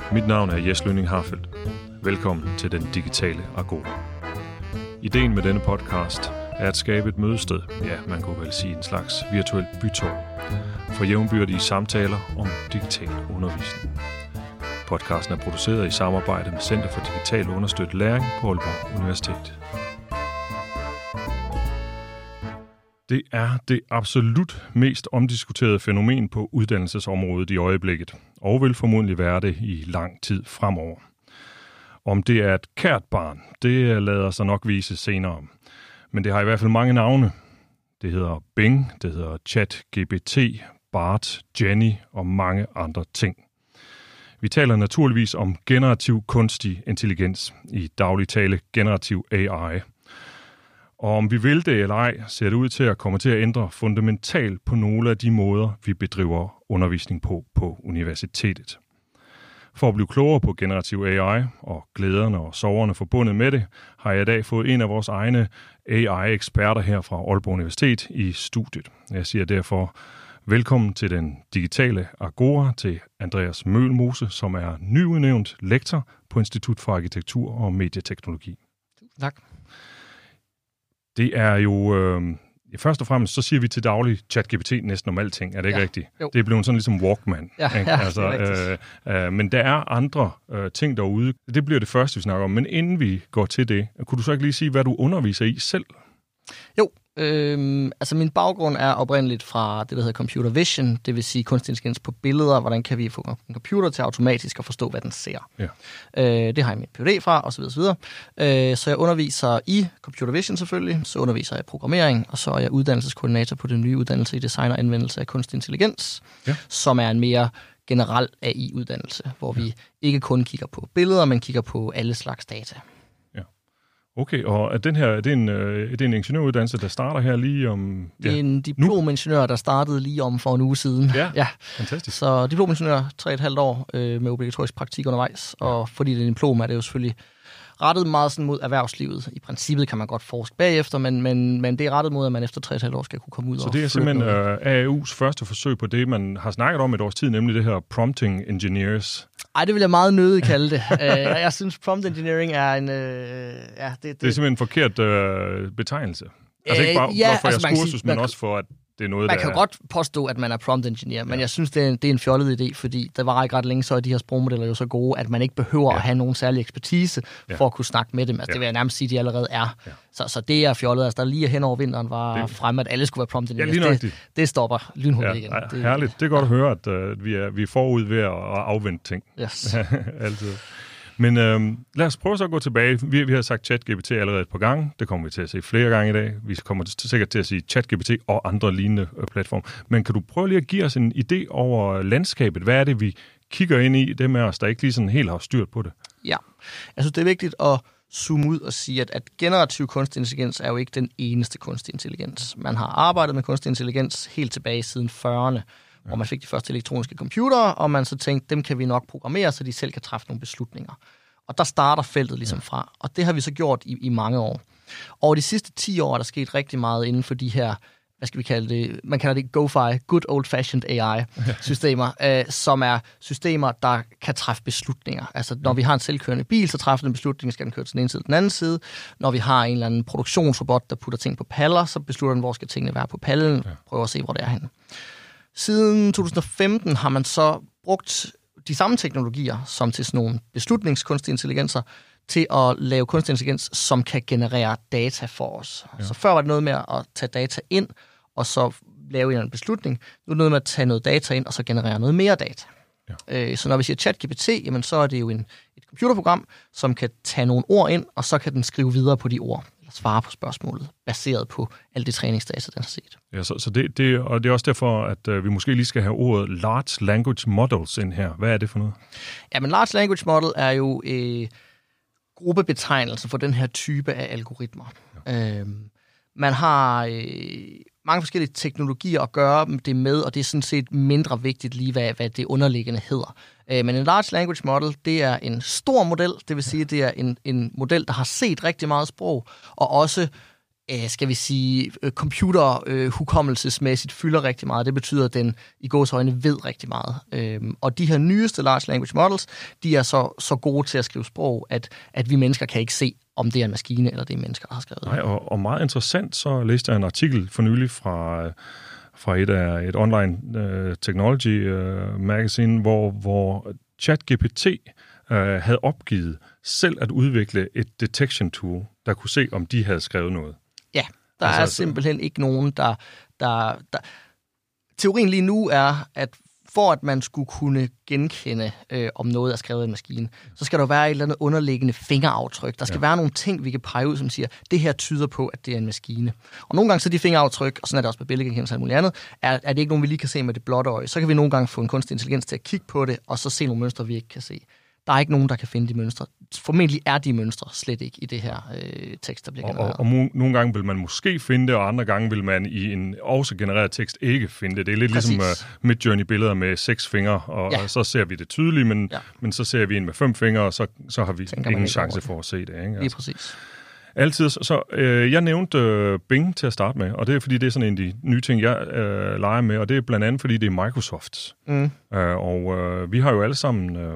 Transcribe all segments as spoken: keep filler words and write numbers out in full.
Mit navn er Jes Lønning Harfeldt. Velkommen til Den Digitale Agora. Ideen med denne podcast er at skabe et mødested, ja, man kunne vel sige en slags virtuelt bytår, for jævnbyrdige samtaler om digital undervisning. Podcasten er produceret i samarbejde med Center for Digital Understøttet Læring på Aalborg Universitet. Det er det absolut mest omdiskuterede fænomen på uddannelsesområdet i øjeblikket, og vil formodentlig være det i lang tid fremover. Om det er et kært barn, det lader sig nok vise senere. Men det har i hvert fald mange navne. Det hedder Bing, det hedder ChatGPT, Bart, Jenny og mange andre ting. Vi taler naturligvis om generativ kunstig intelligens, i daglig tale generativ A I. Og om vi vil det eller ej, ser det ud til at komme til at ændre fundamentalt på nogle af de måder, vi bedriver undervisning på på universitetet. For at blive klogere på generativ A I og glæderne og sorgerne forbundet med det, har jeg i dag fået en af vores egne A I-eksperter her fra Aalborg Universitet i studiet. Jeg siger derfor velkommen til Den Digitale Agora til Andreas Møhlmose, som er nyudnævnt lektor på Institut for Arkitektur og Medieteknologi. Tusind tak. Det er jo, øh, først og fremmest, så siger vi til daglig ChatGPT næsten om alting, er det ikke ja, rigtigt? Jo. Det er blevet sådan ligesom Walkman. Ja, ja, altså, det er øh, øh, men der er andre øh, ting derude. Det bliver det første, vi snakker om. Men inden vi går til det, kunne du så ikke lige sige, hvad du underviser i selv? Jo, øh, altså min baggrund er oprindeligt fra det, der hedder computer vision, det vil sige kunstig intelligens på billeder. Hvordan kan vi få en computer til automatisk at forstå, hvad den ser? Ja. Øh, det har jeg min P H D fra, osv. osv. Øh, så jeg underviser i computer vision selvfølgelig, så underviser jeg programmering, og så er jeg uddannelseskoordinator på den nye uddannelse i design og anvendelse af kunstig intelligens, ja. Som er en mere generel A I-uddannelse, hvor ja. vi ikke kun kigger på billeder, men kigger på alle slags data. Okay, og er, den her, er, det en, er det en ingeniøruddannelse, der starter her lige om... Det er ja, en diplomingeniør, der startede lige om for en uge siden. Ja, ja. Fantastisk. Så diplomingeniør, tre og et halvt år øh, med obligatorisk praktik undervejs, ja. Og fordi det er en diplom, er det jo selvfølgelig rettet meget sådan mod erhvervslivet. I princippet kan man godt forske bagefter, men, men, men det er rettet mod, at man efter tre og et halvt år skal kunne komme ud. Så og det er simpelthen uh, A U's første forsøg på det, man har snakket om et års tid, nemlig det her prompting engineers. Ej, det vil jeg meget nødig kalde det. uh, jeg synes, prompt engineering er en... Uh, ja, det, det, det er simpelthen en forkert uh, betegnelse. Altså ikke bare, uh, ja, bare for altså, jeres kursus, sige, men man, også for, at det er noget, man der kan er... godt påstå, at man er prompt engineer, ja. Men jeg synes, det er, en, det er en fjollet idé, fordi der var ikke ret længe, så er de her sprogmodeller jo så gode, at man ikke behøver ja. at have nogen særlig ekspertise ja. for at kunne snakke med dem. Altså, ja. Det vil jeg nærmest sige, de allerede er. Ja. Så, så det er fjollet. Altså, der lige hen over vinteren var det... fremme, at alle skulle være prompt engineers. Ja, det, det stopper lynhurtigt ja. igen. Ja, det, herligt. Det er godt at høre, at uh, vi, er, vi er forud ved at afvente ting. Yes. Altid. Men øhm, lad os prøve så at gå tilbage. Vi, vi har sagt ChatGPT allerede et par gange. Det kommer vi til at se flere gange i dag. Vi kommer sikkert til at sige ChatGPT og andre lignende øh, platforme. Men kan du prøve lige at give os en idé over landskabet? Hvad er det, vi kigger ind i? Det med os, der ikke lige sådan helt har styrt på det. Ja, jeg synes, det er vigtigt at zoome ud og sige, at, at generativ kunstig intelligens er jo ikke den eneste kunstig intelligens. Man har arbejdet med kunstig intelligens helt tilbage siden fyrrerne. Hvor man fik de første elektroniske computere, og man så tænkte, dem kan vi nok programmere, så de selv kan træffe nogle beslutninger. Og der starter feltet ligesom fra, og det har vi så gjort i, i mange år. Over de sidste ti år er der sket rigtig meget inden for de her, hvad skal vi kalde det, man kalder det GoFi, Good Old-Fashioned A I-systemer, øh, som er systemer, der kan træffe beslutninger. Altså, når vi har en selvkørende bil, så træffer den beslutning, skal den køre til den ene side eller den anden side. Når vi har en eller anden produktionsrobot, der putter ting på paller, så beslutter den, hvor skal tingene være på pallen, prøver at se, hvor det er henne. Siden to tusind og femten har man så brugt de samme teknologier, som til sådan nogle beslutningskunstige intelligenser, til at lave kunstig intelligens, som kan generere data for os. Ja. Så før var det noget med at tage data ind, og så lave en beslutning. Nu er det noget med at tage noget data ind, og så generere noget mere data. Ja. Så når vi siger ChatGPT, jamen så er det jo en, et computerprogram, som kan tage nogle ord ind, og så kan den skrive videre på de ord, eller svare på spørgsmålet, baseret på alle de træningsdata, den har set. Ja, så, så det, det, og det er også derfor, at uh, vi måske lige skal have ordet Large Language Models ind her. Hvad er det for noget? Ja, men Large Language Model er jo øh, gruppebetegnelse for den her type af algoritmer. Ja. Øhm, man har øh, mange forskellige teknologier at gøre det med, og det er sådan set mindre vigtigt lige, hvad, hvad det underliggende hedder. Øh, men en Large Language Model, det er en stor model, det vil sige, det er en, en model, der har set rigtig meget sprog, og også skal vi sige, computerhukommelsesmæssigt fylder rigtig meget. Det betyder, at den i gåseøjne ved rigtig meget. Og de her nyeste large language models, de er så, så gode til at skrive sprog, at, at vi mennesker kan ikke se, om det er en maskine, eller det er mennesker, der har skrevet. Nej, og, og meget interessant, så læste jeg en artikel for nylig fra, fra et af et online uh, technology uh, magazine, hvor, hvor ChatGPT uh, havde opgivet selv at udvikle et detection tool, der kunne se, om de havde skrevet noget. Ja, der altså, er simpelthen ikke nogen, der, der, der... Teorien lige nu er, at for at man skulle kunne genkende, øh, om noget er skrevet i en maskine, så skal der være et eller andet underliggende fingeraftryk. Der skal ja. være nogle ting, vi kan pege ud, som siger, det her tyder på, at det er en maskine. Og nogle gange så de fingeraftryk, og sådan er det også med billedgenkendelse og alt muligt andet, er, er det ikke nogen, vi lige kan se med det blotte øje. Så kan vi nogle gange få en kunstig intelligens til at kigge på det, og så se nogle mønstre, vi ikke kan se. Der er ikke nogen, der kan finde de mønstre. Formentlig er de mønstre slet ikke i det her øh, tekst, der bliver genereret. Og, og, og nogle gange vil man måske finde det, og andre gange vil man i en også genereret tekst ikke finde det. Det er lidt Præcis. ligesom uh, Midjourney-billeder med seks fingre, og ja. så ser vi det tydeligt, men, ja. men så ser vi en med fem fingre, og så, så har vi Tænker ingen chance for at se det. Ikke? Altså. Lige præcis. Altid. Så øh, jeg nævnte øh, Bing til at starte med, og det er fordi, det er sådan en af de nye ting, jeg øh, leger med, og det er blandt andet, fordi det er Microsofts. Mm. Øh, og øh, vi har jo alle sammen... Øh,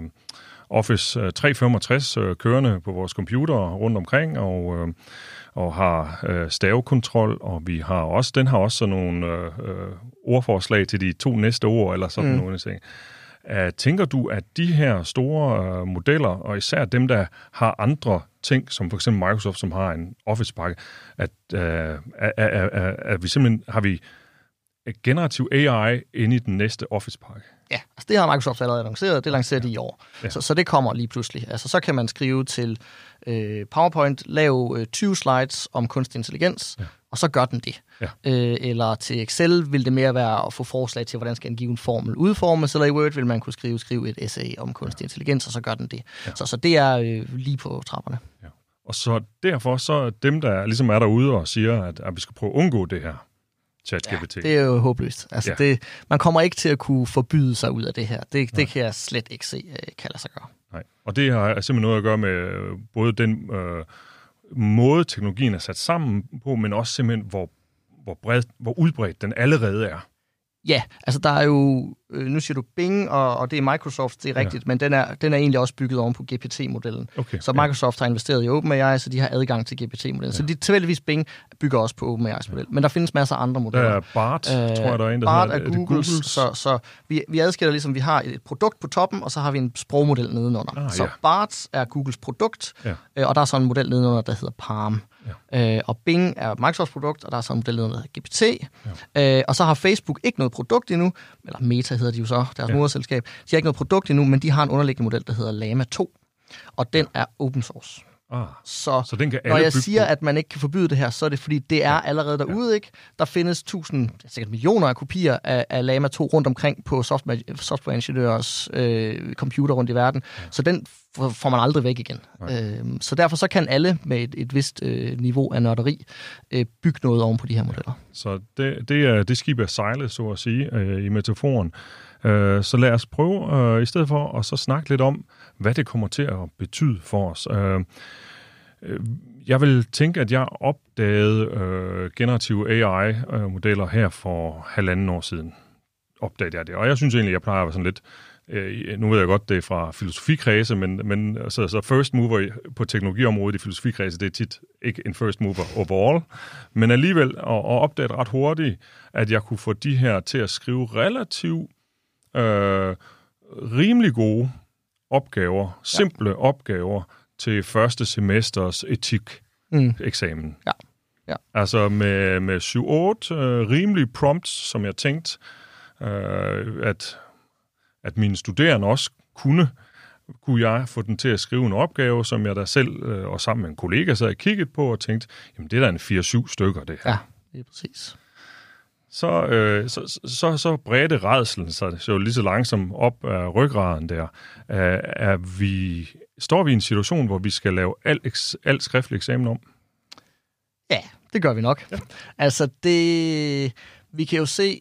Office tre femogtres øh, kørende på vores computer rundt omkring, og, øh, og har øh, stavekontrol, og vi har også, den har også sådan nogle øh, ordforslag til de to næste ord, eller sådan mm. nogle ting. Uh, tænker du, at de her store øh, modeller, og især dem, der har andre ting, som for eksempel Microsoft, som har en Office-pakke, at, øh, at, at, at, at vi simpelthen har vi generativ A I inde i den næste Office-pakke? Ja, altså det har Microsoft allerede annonceret, det lancerer de i år. Ja. Så, så det kommer lige pludselig. Altså så kan man skrive til øh, PowerPoint, lave øh, tyve slides om kunstig intelligens, ja. og så gør den det. Ja. Øh, eller til Excel vil det mere være at få forslag til, hvordan skal en given formel udformes, eller i Word vil man kunne skrive, skrive et essay om kunstig ja. intelligens, og så gør den det. Ja. Så, så det er øh, lige på trapperne. Ja. Og så derfor så dem, der ligesom er derude og siger, at, at vi skal prøve at undgå det her, ChatGPT. Ja, det er jo håbløst. Altså ja. det, man kommer ikke til at kunne forbyde sig ud af det her. Det, det kan jeg slet ikke se, kan lade sig gøre. Nej. Og det har simpelthen noget at gøre med både den øh, måde, teknologien er sat sammen på, men også simpelthen, hvor, hvor, bred, hvor udbredt den allerede er. Ja, altså der er jo, øh, nu siger du Bing, og, og det er Microsoft, det er rigtigt, ja. men den er, den er egentlig også bygget oven på G P T-modellen. Okay, så Microsoft ja. har investeret i OpenAI, så de har adgang til G P T-modellen. Ja. Så de tilfældigvis Bing bygger også på OpenAI's model. Men der findes masser af andre modeller. Der er Bart, øh, tror jeg, der er en, der Bart hedder. er Googles, Googles? Så, så vi, vi adskiller ligesom, vi har et produkt på toppen, og så har vi en sprogmodel nedenunder. Ah, så ja. Bart er Googles produkt, ja. øh, og der er så en model nedenunder, der hedder Palm. Ja. Øh, og Bing er Microsofts produkt, og der er så en model, der hedder G P T. Ja. Øh, og så har Facebook ikke noget produkt endnu, eller Meta hedder de jo så, deres ja. moderselskab. De har ikke noget produkt endnu, men de har en underliggende model, der hedder Llama to, og den er open source. Ah, så så den kan når jeg siger, på. at man ikke kan forbyde det her, så er det fordi, det er ja. allerede derude, ja. ikke? Der findes tusind, sikkert millioner af kopier af, af Llama to rundt omkring på software, softwareingeniørers øh, computer rundt i verden, ja. så den får man aldrig væk igen. Øhm, så derfor så kan alle med et, et vist øh, niveau af nørderi øh, bygge noget oven på de her modeller. Ja. Så det, det, er, det skib er sejlet, så at sige, øh, i metaforen. Øh, så lad os prøve, øh, i stedet for at så snakke lidt om, hvad det kommer til at betyde for os. Øh, øh, jeg vil tænke, at jeg opdagede øh, generative A I-modeller her for halvanden år siden. Opdagede jeg det. Og jeg synes egentlig, jeg plejer at være sådan lidt Øh, nu ved jeg godt, det er fra filosofikredse, men, men så, så first mover på teknologiområdet i filosofikredse, det er tit ikke en first mover overall, men alligevel at, at opdage ret hurtigt, at jeg kunne få de her til at skrive relativt øh, rimelig gode opgaver, simple ja. opgaver til første semesters etik-eksamen. Mm. Ja. Ja. Altså med, med syv otte øh, rimelige prompts, som jeg tænkte, øh, at at mine studerende også kunne, kunne jeg få den til at skrive en opgave, som jeg da selv øh, og sammen med en kollega sad og kiggede på og tænkte, jamen det er da en fire syv stykker det her. Ja, det er præcis. Så, øh, så, så, så bredte rædslen sig så lige så langsomt op af ryggraden der. Er, er vi, står vi i en situation, hvor vi skal lave alt, alt skriftlig eksamen om? Ja, det gør vi nok. Ja. Altså det, vi kan jo se,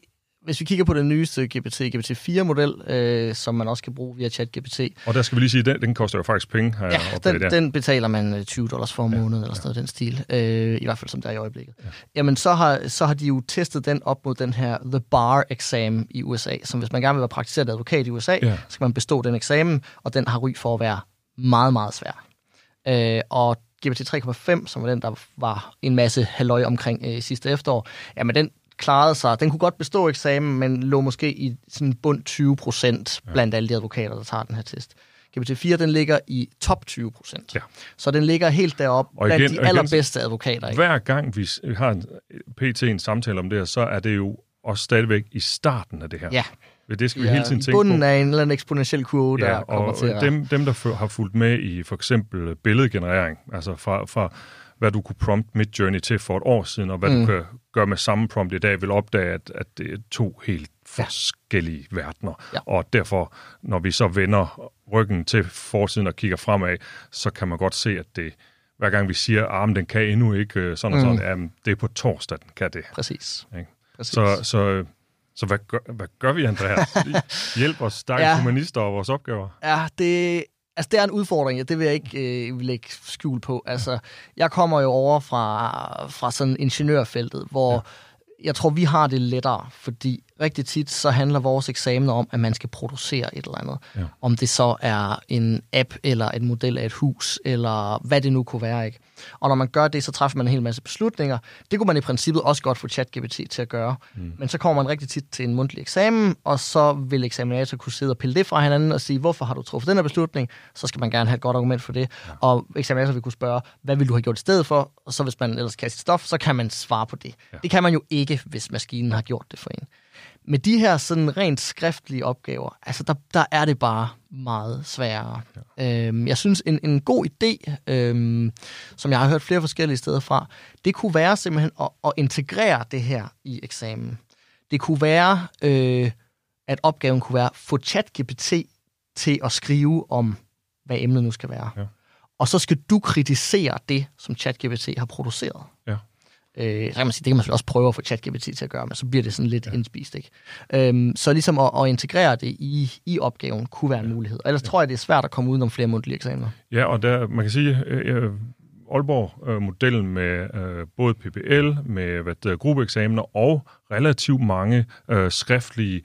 hvis vi kigger på den nyeste G P T, G P T fire-model, øh, som man også kan bruge via ChatGPT. Og der skal vi lige sige, at den, den koster jo faktisk penge. Her ja, den, den betaler man tyve dollars for om måneden, ja, eller sådan noget, ja. Den stil. Øh, I hvert fald som der er i øjeblikket. Ja. Jamen, så har, så har de jo testet den op mod den her The Bar-eksamen i U S A, som hvis man gerne vil være praktiseret advokat i U S A, ja. Så skal man bestå den eksamen, og den har ry for at være meget, meget svær. Øh, og G P T tre komma fem, som var den, der var en masse halløj omkring øh, sidste efterår, jamen den klarede sig. Den kunne godt bestå eksamen, men lå måske i sådan bund tyve procent blandt alle de advokater, der tager den her test. G P T fire, den ligger i top tyve procent. Ja. Så den ligger helt deroppe blandt igen, de allerbedste igen, advokater. Ikke? Hver gang vi har en P T en samtale om det her, så er det jo også stadigvæk i starten af det her. Ja. Det skal vi ja, hele tiden tænke på. Bunden af en eller anden eksponentiel kurve, der ja, kommer til at... dem, dem, der har fulgt med i for eksempel billedgenerering, altså fra, fra hvad du kunne prompt Midjourney til for et år siden, og hvad mm. du kan gøre med samme prompt i dag, vil opdage, at, at det er to helt forskellige ja. verdener. Ja. Og derfor, når vi så vender ryggen til forsiden og kigger fremad, så kan man godt se, at det, hver gang vi siger, at ah, den kan endnu ikke sådan og mm. sådan, jamen, det er på torsdag, den kan det. Præcis. Præcis. Så... så Så hvad gør, hvad gør vi, Andreas? Hjælp os, stakkels ja. humanister og vores opgaver. Ja, det, altså, det er en udfordring, det vil jeg ikke øh, vil lægge skjul på. Altså, jeg kommer jo over fra, fra sådan ingeniørfeltet, hvor ja. jeg tror, vi har det lettere, fordi rigtig tit så handler vores eksamener om, at man skal producere et eller andet. Ja. Om det så er en app, eller et model af et hus, eller hvad det nu kunne være, ikke? Og når man gør det, så træffer man en hel masse beslutninger. Det kunne man i princippet også godt få ChatGPT til at gøre. Mm. Men så kommer man rigtig tit til en mundtlig eksamen, og så vil eksaminator kunne sidde og pille det fra hinanden og sige, hvorfor har du truffet den her beslutning? Så skal man gerne have et godt argument for det. Ja. Og eksaminator vil kunne spørge, hvad vil du have gjort i stedet for? Og så hvis man ellers kan sit stof, så kan man svare på det. Ja. Det kan man jo ikke, hvis maskinen har gjort det for en. Med de her sådan rent skriftlige opgaver, altså der, der er det bare meget sværere. Ja. Øhm, jeg synes, en, en god idé, øhm, som jeg har hørt flere forskellige steder fra, det kunne være simpelthen at, at integrere det her i eksamen. Det kunne være, øh, at opgaven kunne være, få ChatGPT til at skrive om, hvad emnet nu skal være. Ja. Og så skal du kritisere det, som ChatGPT har produceret. Ja. Øh, så kan man sige, det kan man også prøve at få ChatGPT til at gøre, men så bliver det sådan lidt ja. indspist, ikke? Øhm, så ligesom at, at integrere det i, i opgaven kunne være en ja. mulighed. Ellers ja. tror jeg, det er svært at komme udenom flere mundtlige eksamener. Ja, og der, man kan sige, øh, Aalborg-modellen med øh, både P P L, med hvad der, gruppeeksamener og relativt mange øh, skriftlige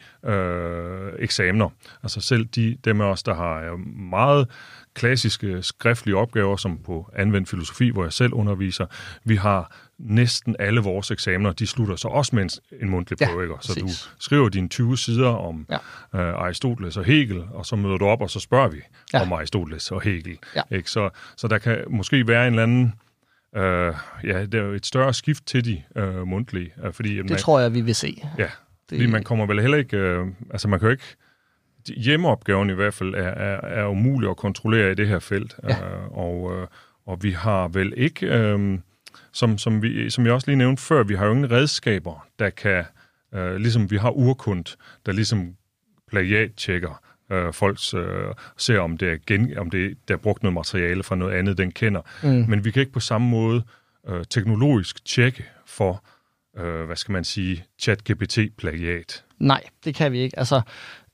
øh, eksamener. Altså selv de, dem af os, der har meget klassiske skriftlige opgaver, som på anvendt filosofi, hvor jeg selv underviser, vi har næsten alle vores eksamener, de slutter så også med en, en mundtlig prøve. Ja, så du skriver dine tyve sider om ja. øh, Aristoteles og Hegel, og så møder du op, og så spørger vi ja. om Aristoteles og Hegel. Ja. Ikke? Så, så der kan måske være en eller anden, øh, ja, der er jo et større skift til de øh, mundtlige. Øh, fordi, det man, tror jeg, vi vil se. Ja, det... fordi man kommer vel heller ikke, øh, altså man kan jo ikke, hjemmeopgaven i hvert fald er, er, er umulig at kontrollere i det her felt, ja. øh, og, øh, og vi har vel ikke... Øh, Som, som, vi, som jeg også lige nævnte før, vi har jo ingen redskaber, der kan, øh, ligesom vi har urkund, der ligesom plagiat-tjekker øh, folks, øh, ser om det, er gen, om det der er brugt noget materiale fra noget andet, den kender. Mm. Men vi kan ikke på samme måde øh, teknologisk tjekke for, øh, hvad skal man sige, ChatGPT-plagiat. Nej, det kan vi ikke. Altså,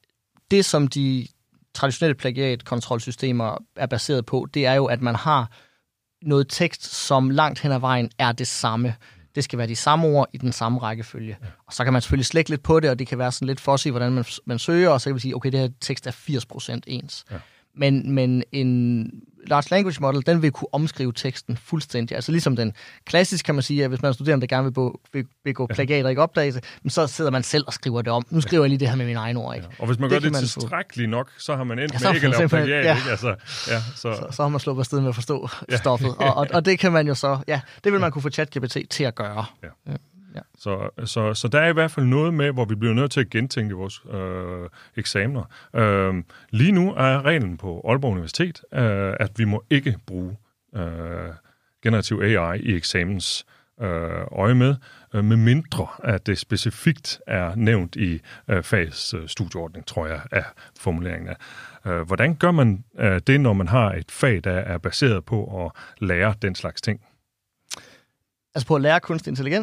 det som de traditionelle plagiat-kontrolsystemer er baseret på, det er jo, at man har noget tekst, som langt hen ad vejen er det samme. Det skal være de samme ord i den samme rækkefølge. Ja. Og så kan man selvfølgelig slække lidt på det, og det kan være sådan lidt for sig, hvordan man, man søger, og så kan vi sige, okay, det her tekst er firs procent ens. Ja. Men, men en large language model, den vil kunne omskrive teksten fuldstændig. Altså ligesom den klassisk, kan man sige, at hvis man er studerende, der gerne vil, bo, vil begå plagiat og ikke opdage det, så sidder man selv og skriver det om. Nu skriver jeg lige det her med mine egne ord. Ikke? Ja. Og hvis man det gør det tilstrækkeligt nok, så har man endt ja, med ikke at lave plagiat. Ja. Ikke? Altså, ja, så... Så, så har man sluppet afsted med at forstå ja. stoffet. Og, og, og det kan man jo så, ja, det vil man kunne få ChatGPT til at gøre. Ja. Ja. Ja. Så, så, så der er i hvert fald noget med, hvor vi bliver nødt til at gentænke vores øh, eksamener. Øh, lige nu er reglen på Aalborg Universitet, øh, at vi må ikke bruge øh, generativ A I i eksamens øh, øje med, øh, med mindre at det specifikt er nævnt i øh, fagets øh, studieordning, tror jeg, er formuleringen af. Øh, hvordan gør man øh, det, når man har et fag, der er baseret på at lære den slags ting? Altså på at lære kunstig intelligens? Ja.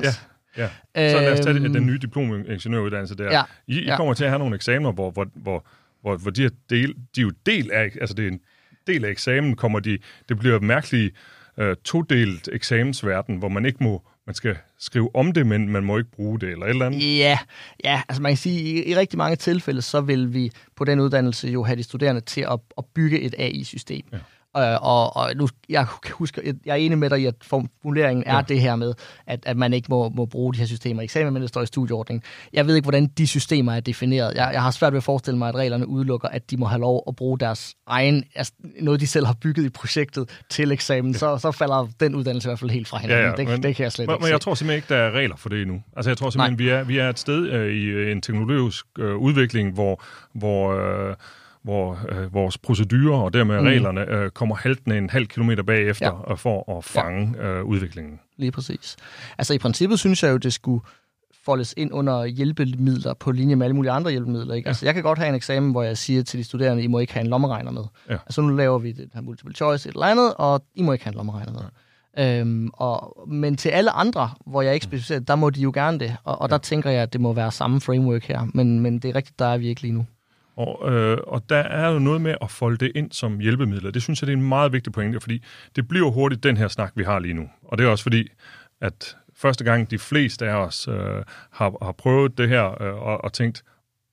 Ja. Så lad os tage øhm, den nye diplom-ingeniøruddannelse der. Ja, I, I ja. kommer til at have nogle eksamener, hvor, hvor, hvor, hvor, hvor de, er del, de er jo del af, altså det er en del af eksamen, kommer de, det bliver et mærkeligt uh, todelt eksamensverden, hvor man ikke må, man skal skrive om det, men man må ikke bruge det, eller et eller andet. Ja, ja, altså man kan sige, i, i rigtig mange tilfælde, så vil vi på den uddannelse jo have de studerende til at, at bygge et A I-system. Ja. Øh, og, og nu, jeg husker, jeg er enig med dig i, at formuleringen er ja. det her med, at, at man ikke må, må bruge de her systemer i eksamen, men det står i studieordningen. Jeg ved ikke, hvordan de systemer er defineret. Jeg, jeg har svært ved at forestille mig, at reglerne udelukker, at de må have lov at bruge deres egen, altså noget de selv har bygget i projektet til eksamen. Ja. Så, så falder den uddannelse i hvert fald helt fra hinanden. Ja, ja, det, men, det kan jeg slet men, ikke Men jeg se. tror simpelthen ikke, der er regler for det endnu. Altså jeg tror simpelthen, vi er, vi er et sted øh, i en teknologisk øh, udvikling, hvor... hvor øh, hvor øh, vores procedurer og dermed mm. reglerne øh, kommer haltende en halv kilometer bagefter ja. for at fange ja. øh, udviklingen. Lige præcis. Altså i princippet synes jeg jo, det skulle foldes ind under hjælpemidler på linje med alle mulige andre hjælpemidler. Ikke? Ja. Altså jeg kan godt have en eksamen, hvor jeg siger til de studerende, I må ikke have en lommeregner med. Ja. Altså nu laver vi det her multiple choice et eller andet, og I må ikke have en lommeregner med. Ja. Øhm, og, men til alle andre, hvor jeg ikke specificerer, der må de jo gerne det. Og, og ja. der tænker jeg, at det må være samme framework her. Men, men det er rigtigt, der er vi ikke lige nu. Og, øh, og der er jo noget med at folde det ind som hjælpemidler. Det synes jeg, det er en meget vigtig pointe, fordi det bliver hurtigt den her snak, vi har lige nu. Og det er også fordi, at første gang de fleste af os øh, har, har prøvet det her øh, og, og tænkt,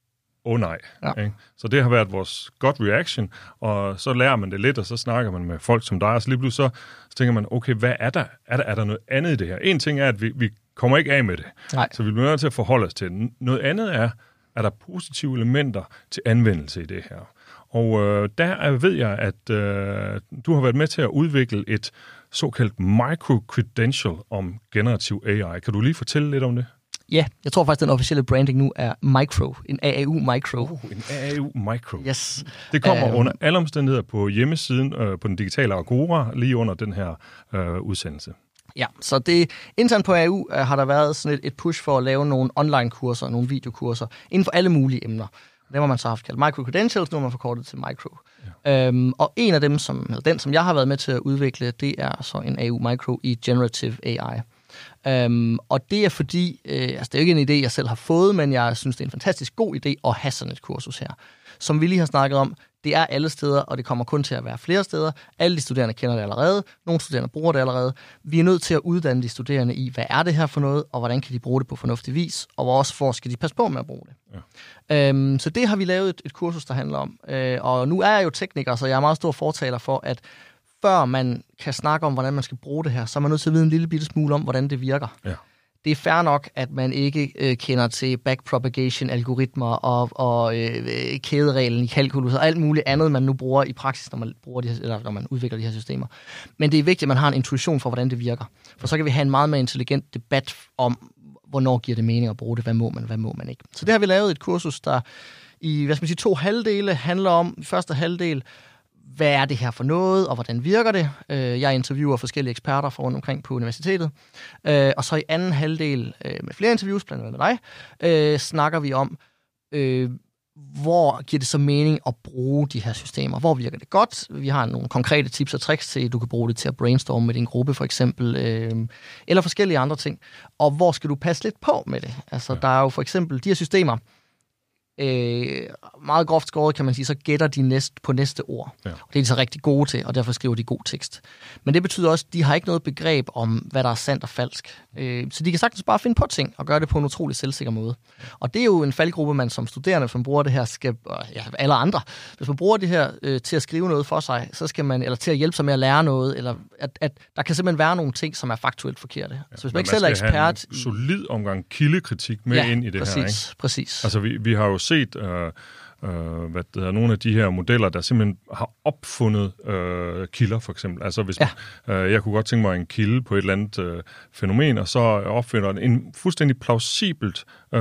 åh oh, nej. Ja. Ikke? Så det har været vores gut reaction, og så lærer man det lidt, og så snakker man med folk som dig, og så lige pludselig så, så tænker man, okay, hvad er der? Er der, er der noget andet i det her? En ting er, at vi, vi kommer ikke af med det, nej. så vi bliver nødt til at forholde os til det. Noget andet er, er der positive elementer til anvendelse i det her. Og øh, der ved jeg, at øh, du har været med til at udvikle et såkaldt micro-credential om generativ A I. Kan du lige fortælle lidt om det? Ja, jeg tror faktisk, den officielle branding nu er Micro. En A A U Micro. Oh, en A A U Micro. Yes. Det kommer um, under alle omstændigheder på hjemmesiden øh, på den digitale Agora, lige under den her øh, udsendelse. Ja, så det internt på A U uh, har der været sådan et, et push for at lave nogle online-kurser, nogle videokurser, inden for alle mulige emner. Dem har man så haft kaldt micro-credentials, nu har man forkortet til Micro. Ja. Øhm, og en af dem, som, eller den, som jeg har været med til at udvikle, det er så en A U Micro i Generative A I. Øhm, og det er fordi, øh, altså det er jo ikke en idé, jeg selv har fået, men jeg synes, det er en fantastisk god idé at have sådan et kursus her. Som vi lige har snakket om, det er alle steder, og det kommer kun til at være flere steder. Alle de studerende kender det allerede. Nogle studerende bruger det allerede. Vi er nødt til at uddanne de studerende i, hvad er det her for noget, og hvordan kan de bruge det på fornuftig vis, og hvor også for skal de passe på med at bruge det. Ja. Øhm, så det har vi lavet et, et kursus, der handler om. Øh, og nu er jeg jo tekniker, så jeg er meget stor fortaler for, at før man kan snakke om, hvordan man skal bruge det her, så er man nødt til at vide en lille bitte smule om, hvordan det virker. Ja. Det er fair nok, at man ikke øh, kender til backpropagation-algoritmer og, og øh, kædereglen i kalkulus og alt muligt andet, man nu bruger i praksis, når man, bruger de her, eller når man udvikler de her systemer. Men det er vigtigt, at man har en intuition for, hvordan det virker. For så kan vi have en meget mere intelligent debat om, hvornår giver det mening at bruge det, hvad må man, hvad må man ikke. Så det har vi lavet et kursus, der i hvad skal man sige, to halvdele handler om. Første halvdel, hvad er det her for noget, og hvordan virker det? Jeg interviewer forskellige eksperter fra rundt omkring på universitetet. Og så i anden halvdel, med flere interviews, blandt andet med dig, snakker vi om, hvor giver det så mening at bruge de her systemer? Hvor virker det godt? Vi har nogle konkrete tips og tricks til, at du kan bruge det til at brainstorme med din gruppe, for eksempel, eller forskellige andre ting. Og hvor skal du passe lidt på med det? Altså, der er jo for eksempel de her systemer, Øh, meget groft skåret, kan man sige, så gætter de næst på næste ord. Ja. Og det er de så rigtig gode til, og derfor skriver de god tekst. Men det betyder også, at de har ikke noget begreb om, hvad der er sandt og falsk. Øh, så de kan sagtens bare finde på ting og gøre det på en utrolig selvsikker måde. Og det er jo en faldgruppe, man som studerende, som bruger det her, skal, ja, alle andre, hvis man bruger det her øh, til at skrive noget for sig, så skal man, eller til at hjælpe sig med at lære noget, eller at, at der kan simpelthen være nogle ting, som er faktuelt forkerte. Ja, så hvis man, man ikke selv er ekspert... have en solid omgang kildekritik med ja, ind i det præcis, her, ikke? præcis. Altså, vi, vi har jo set øh, øh, hvad det er, nogle af de her modeller, der simpelthen har opfundet øh, kilder, for eksempel. Altså, hvis ja. man, øh, jeg kunne godt tænke mig en kilde på et eller andet øh, fænomen, og så opfinder den en fuldstændig plausibelt øh,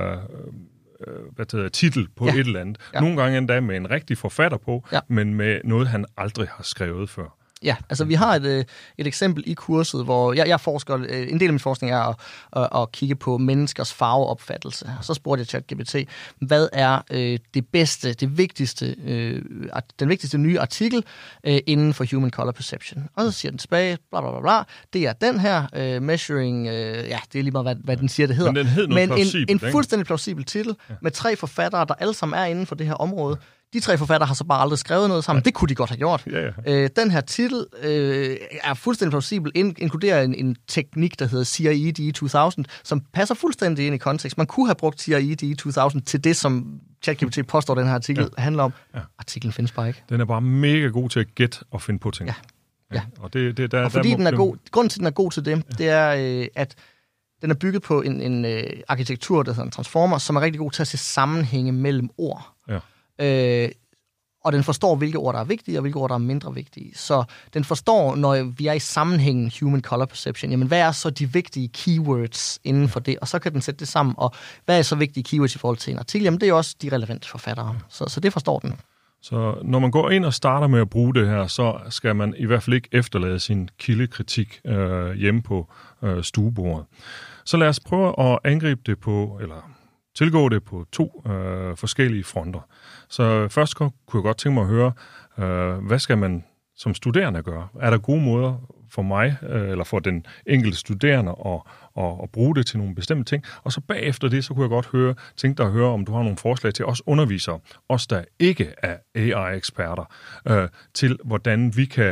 hvad det hedder, titel på ja. et eller andet. Ja. Nogle gange endda med en rigtig forfatter på, ja. men med noget, han aldrig har skrevet før. Ja, altså vi har et, et eksempel i kurset, hvor jeg, jeg forsker, en del af min forskning er at, at, at kigge på menneskers farveopfattelse. Så spurgte jeg ChatGPT, hvad er øh, det bedste, det vigtigste, øh, den vigtigste nye artikel øh, inden for Human Color Perception. Og så siger den tilbage, bla bla bla bla, det er den her, øh, measuring, øh, ja, det er lige meget, hvad, hvad den siger, det hedder. Men den hed noget Men en, en ikke? fuldstændig plausibel titel, ja. Med tre forfattere, der alle sammen er inden for det her område. De tre forfattere har så bare aldrig skrevet noget sammen. Ja. Det kunne de godt have gjort. Ja, ja. Øh, den her titel øh, er fuldstændig plausibel, inkluderer en, en teknik, der hedder C I E D to tusind, som passer fuldstændig ind i kontekst. Man kunne have brugt C I E D to tusind til det, som ChatGPT påstår, den her artikel ja. handler om. Ja. Artiklen findes bare ikke. Den er bare mega god til at gætte og finde på ting. Ja. Ja. Og, det, det, der, og fordi der den er god, grunden til, at den er god til det, ja. det er, øh, at den er bygget på en, en øh, arkitektur, der hedder en transformer, som er rigtig god til at se sammenhænge mellem ord. Ja. Øh, og den forstår, hvilke ord, der er vigtige, og hvilke ord, der er mindre vigtige. Så den forstår, når vi er i sammenhængen Human Color Perception, jamen hvad er så de vigtige keywords inden for det? Og så kan den sætte det sammen, og hvad er så vigtige keywords i forhold til en artikel? Jamen det er også de relevante forfattere. Så, så det forstår den. Så når man går ind og starter med at bruge det her, så skal man i hvert fald ikke efterlade sin kildekritik øh, hjemme på øh, stuebordet. Så lad os prøve at angribe det på, eller tilgå det på to øh, forskellige fronter. Så først kunne jeg godt tænke mig at høre, øh, hvad skal man som studerende gøre? Er der gode måder for mig, øh, eller for den enkelte studerende, at, at, at bruge det til nogle bestemte ting? Og så bagefter det, så kunne jeg godt høre, tænke dig at høre, om du har nogle forslag til os undervisere, os der ikke er A I-eksperter, øh, til hvordan vi kan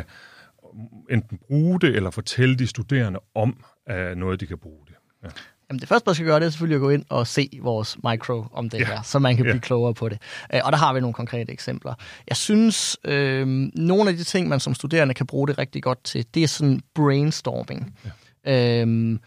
enten bruge det, eller fortælle de studerende om øh, noget, de kan bruge det. Ja. Jamen det første, man skal gøre, det er selvfølgelig at gå ind og se vores micro om det ja. her, så man kan blive ja. klogere på det. Og der har vi nogle konkrete eksempler. Jeg synes, øh, nogle af de ting, man som studerende kan bruge det rigtig godt til, det er sådan brainstorming. Ja. Øh,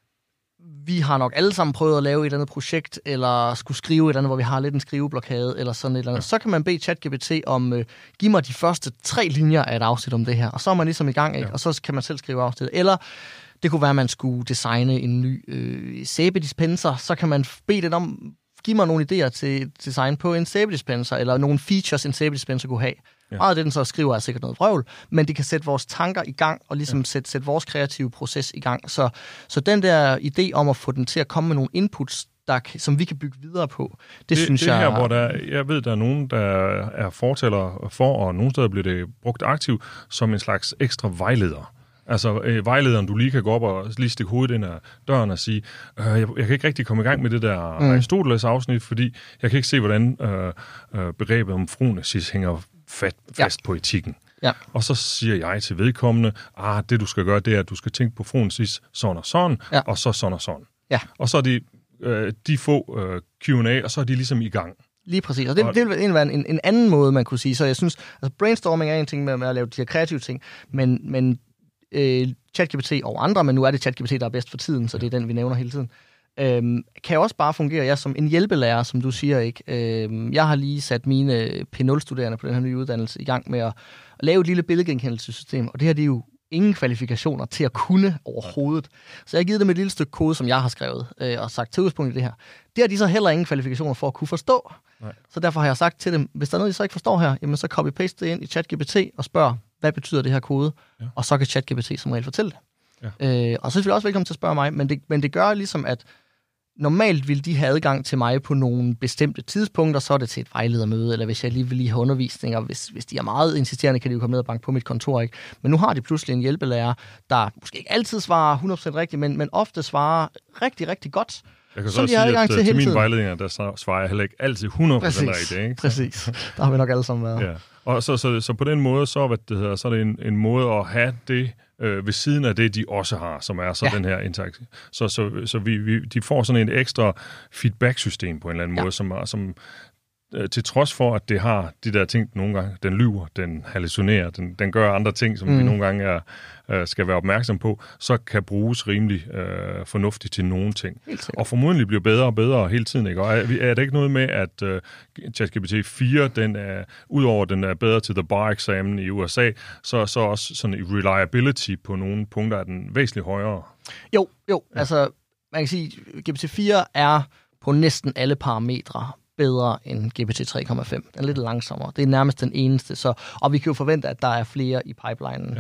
vi har nok alle sammen prøvet at lave et eller andet projekt, eller skulle skrive et eller andet, hvor vi har lidt en skriveblokade, eller sådan et eller andet. Ja. Så kan man bede ChatGPT om, øh, giv mig de første tre linjer af et afsnit om det her, og så er man ligesom i gang, ikke? Ja. Og så kan man selv skrive afsnit. Eller det kunne være, at man skulle designe en ny øh, sæbedispenser. Så kan man bede den om, giv mig nogle idéer til design på en sæbedispenser, eller nogle features, en sæbedispenser kunne have. Ja. Meget af det, den så skriver, er sikkert noget vrøvl, men det kan sætte vores tanker i gang, og ligesom ja. sætte, sætte vores kreative proces i gang. Så, så den der idé om at få den til at komme med nogle inputs, der, som vi kan bygge videre på, det, det synes det jeg... Det her, hvor der, jeg ved, der er nogen, der er fortæller for, og nogle steder bliver det brugt aktivt, som en slags ekstra vejleder. Altså øh, vejlederen, du lige kan gå op og lige stikke hovedet ind ad døren og sige, øh, jeg, jeg kan ikke rigtig komme i gang med det der mm. Aristoteles-afsnit, fordi jeg kan ikke se, hvordan øh, øh, begrebet om phronesis hænger fat, fast ja. på etikken. Ja. Og så siger jeg til vedkommende, ah, det du skal gøre, det er, at du skal tænke på phronesis sådan og sådan, ja. og så sådan og sådan. Ja. Og så er de, øh, de få øh, Q and A, og så er de ligesom i gang. Lige præcis, og det, og det vil være en, en anden måde, man kunne sige. Så jeg synes, altså brainstorming er en ting med, med at lave de her kreative ting, men, men øh, ChatGPT og andre, men nu er det ChatGPT, der er bedst for tiden, så det er den, vi nævner hele tiden, øhm, kan også bare fungere ja, som en hjælpelærer, som du siger, ikke? Øhm, jeg har lige sat mine P nul-studerende på den her nye uddannelse i gang med at, at lave et lille billedgenkendelsessystem, og det her det er jo ingen kvalifikationer til at kunne overhovedet. Så jeg har givet dem et lille stykke kode, som jeg har skrevet, øh, og sagt til udgangspunkt i det her. Det har de så heller ingen kvalifikationer for at kunne forstå. Nej. Så derfor har jeg sagt til dem, hvis der er noget, de så ikke forstår her, jamen så copy-paste det ind i ChatGPT og spørg, hvad betyder det her kode? Ja. Og så kan ChatGPT som regel fortælle det. Ja. Øh, og så er selvfølgelig også velkommen til at spørge mig, men det, men det gør ligesom, at normalt vil de have adgang til mig på nogle bestemte tidspunkter, så er det til et vejledermøde, eller hvis jeg lige vil lige have undervisning, og hvis, hvis de er meget insisterende, kan de jo komme ned og banke på mit kontor, ikke? Men nu har de pludselig en hjælpelærer, der måske ikke altid svarer hundrede procent rigtigt, men, men ofte svarer rigtig, rigtig godt. Jeg kan så, så også sige, at til, til mine vejledninger, der svarer jeg heller ikke altid hundrede procent rigtigt. Ikke? Præcis, der har vi nok alle sammen været. Ja. Og så, så, så på den måde, så, hvad det hedder, så er det en, en måde at have det øh, ved siden af det, de også har, som er så ja. den her interaktion. Så, så, så vi, vi, de får sådan et ekstra feedback-system på en eller anden ja. måde, som, som til trods for, at det har de der ting nogle gange, den lyver, den hallucinerer, den, den gør andre ting, som mm. vi nogle gange er, øh, skal være opmærksom på, så kan bruges rimelig øh, fornuftigt til nogle ting. Og formodentlig bliver bedre og bedre hele tiden. Ikke? Og er, er det ikke noget med, at øh, ChatGPT fire, den er, udover den er bedre til The Bar-eksamen i U S A, så, så også sådan en reliability på nogle punkter er den væsentligt højere? Jo, jo. Ja. Altså, man kan sige, at G P T fire er på næsten alle parametre bedre end G P T tre komma fem. Den er lidt langsommere. Det er nærmest den eneste. Så, og vi kan jo forvente, at der er flere i pipelinen.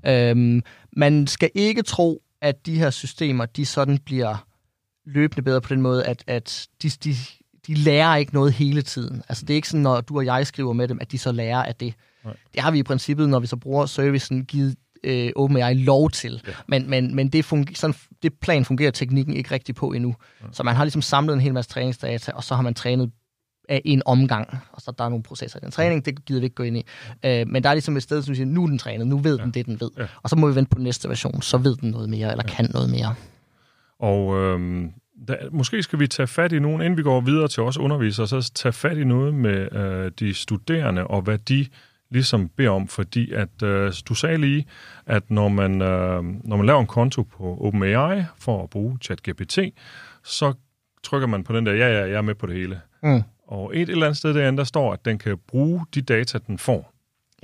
Øhm, man skal ikke tro, at de her systemer, de sådan bliver løbende bedre på den måde, at, at de, de, de lærer ikke noget hele tiden. Altså det er ikke sådan, når du og jeg skriver med dem, at de så lærer af det. Nej. Det har vi i princippet, når vi så bruger servicen, givet øh, OpenAI lov til. Ja. Men, men, men det, funger, sådan, det plan fungerer teknikken ikke rigtig på endnu. Ja. Så man har ligesom samlet en hel masse træningsdata, og så har man trænet af en omgang, og så der er nogle processer i den træning, det gider vi ikke gå ind i. Øh, men der er ligesom et sted, som siger, nu er den trænet, nu ved ja. den det, den ved. Ja. Og så må vi vente på den næste version, så ved den noget mere, eller ja. kan noget mere. Og øhm, der, måske skal vi tage fat i nogen, inden vi går videre til os undervisere, så tage fat i noget med øh, de studerende, og hvad de ligesom beder om, fordi at øh, du sagde lige, at når man, øh, når man laver en konto på OpenAI for at bruge ChatGPT, så trykker man på den der, ja, ja, jeg er med på det hele. Mm. Og et eller andet sted derinde, der står, at den kan bruge de data, den får. Ja.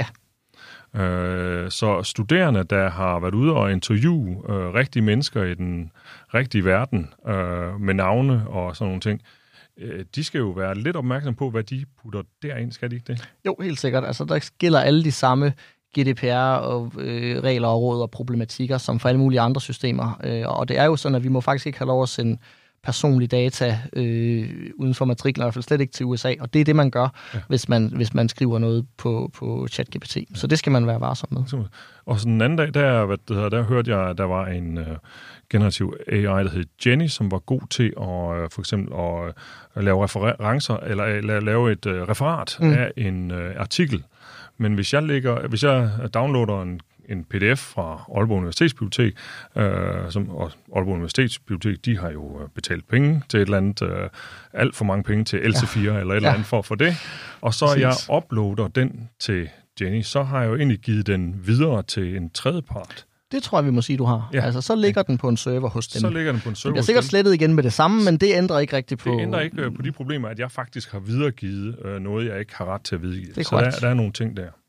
Øh, så studerende, der har været ude og interviewe øh, rigtige mennesker i den rigtige verden, øh, med navne og sådan nogle ting, øh, de skal jo være lidt opmærksom på, hvad de putter derind, skal de ikke det? Jo, helt sikkert. Altså, der gælder alle de samme G D P R og øh, regler og råd og problematikker, som for alle mulige andre systemer. Øh, og det er jo sådan, at vi må faktisk ikke have lov at sende personlige data øh, uden for matriklen, i hvert fald slet ikke til U S A, og det er det, man gør, ja. hvis, man, hvis man skriver noget på, på ChatGPT. Ja. Så det skal man være varsom med. Og så den anden dag, der, hvad det hedder, der hørte jeg, at der var en uh, generativ A I, der hed Jenny, som var god til at uh, for eksempel at uh, lave referencer, eller uh, lave et uh, referat mm. af en uh, artikel. Men hvis jeg, lægger, hvis jeg downloader en en P D F fra Aalborg Universitetsbibliotek, øh, som, og Aalborg Universitetsbibliotek, de har jo betalt penge til et eller andet, øh, alt for mange penge til L C fire ja. eller et eller andet ja. for at få det. Og så Præcis. jeg uploader den til Jenny, så har jeg jo egentlig givet den videre til en tredje part. Det tror jeg, vi må sige, du har. Ja. Altså, så ligger den på en server hos dem. Så ligger den på en server. Den bliver sikkert slettet igen med det samme, men det ændrer ikke rigtigt på... Det ændrer ikke øh, på de problemer, at jeg faktisk har videregivet øh, noget, jeg ikke har ret til at videregive. Det er så der, der er nogle ting der.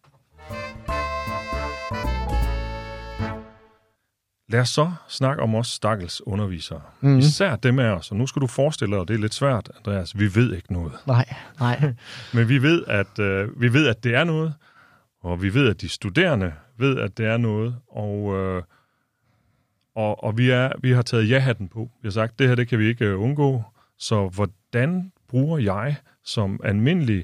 Lad os så snakke om os stakkels undervisere. Mm-hmm. Især dem af os, og nu skal du forestille dig, og det er lidt svært, Andreas, vi ved ikke noget. Nej, nej. Men vi ved, at, øh, vi ved, at det er noget, og vi ved, at de studerende ved, at det er noget, og, øh, og, og vi, er, vi har taget ja-hatten på. Vi har sagt, det her det kan vi ikke øh, undgå, så hvordan bruger jeg som almindelig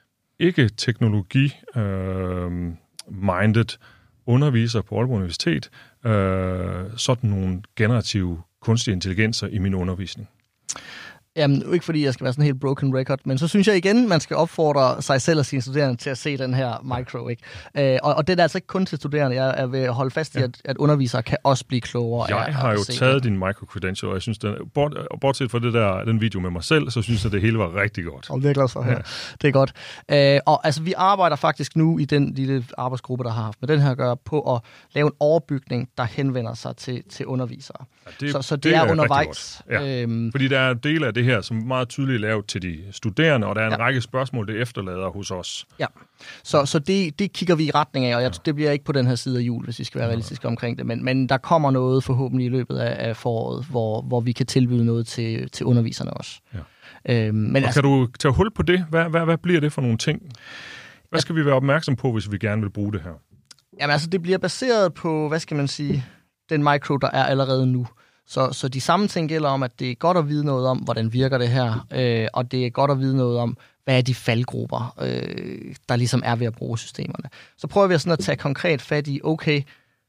ikke-teknologi-minded øh, underviser på Aalborg Universitet øh, sådan nogle generative kunstige intelligenser i min undervisning? Jamen, ikke fordi jeg skal være sådan en helt broken record, men så synes jeg igen, man skal opfordre sig selv og sine studerende til at se den her micro, ikke? Øh, og, og det er altså ikke kun til studerende. Jeg, jeg vil holde fast i, ja. at, at undervisere kan også blive klogere. Jeg har jo taget din micro-credential, og jeg synes, den, bort, bortset fra det der, den video med mig selv, så synes jeg, det hele var rigtig godt. Og det er glad for at høre. Ja. Det er godt. Øh, og altså, vi arbejder faktisk nu i den lille arbejdsgruppe, der har haft med den her at gøre, på at lave en overbygning, der henvender sig til, til undervisere. Ja, det, så, så det, det er, er undervejs. Ja. Øhm, fordi der er dele af det her, som meget tydeligt lavet til de studerende, og der er en ja. række spørgsmål, det efterlader hos os. Ja, så, så det, det kigger vi i retning af, og jeg, ja. det bliver ikke på den her side af jul, hvis vi skal være realistiske ja. omkring det, men, men der kommer noget forhåbentlig i løbet af, af foråret, hvor, hvor vi kan tilbyde noget til, til underviserne også. Ja. Øhm, men og altså, kan du tage hul på det? Hvad, hvad, hvad bliver det for nogle ting? Hvad skal ja. vi være opmærksom på, hvis vi gerne vil bruge det her? Jamen altså, det bliver baseret på, hvad skal man sige, den micro, der er allerede nu. Så, så de samme ting gælder om, at det er godt at vide noget om, hvordan virker det her, øh, og det er godt at vide noget om, hvad er de faldgrupper, øh, der ligesom er ved at bruge systemerne. Så prøver vi sådan at tage konkret fat i, okay,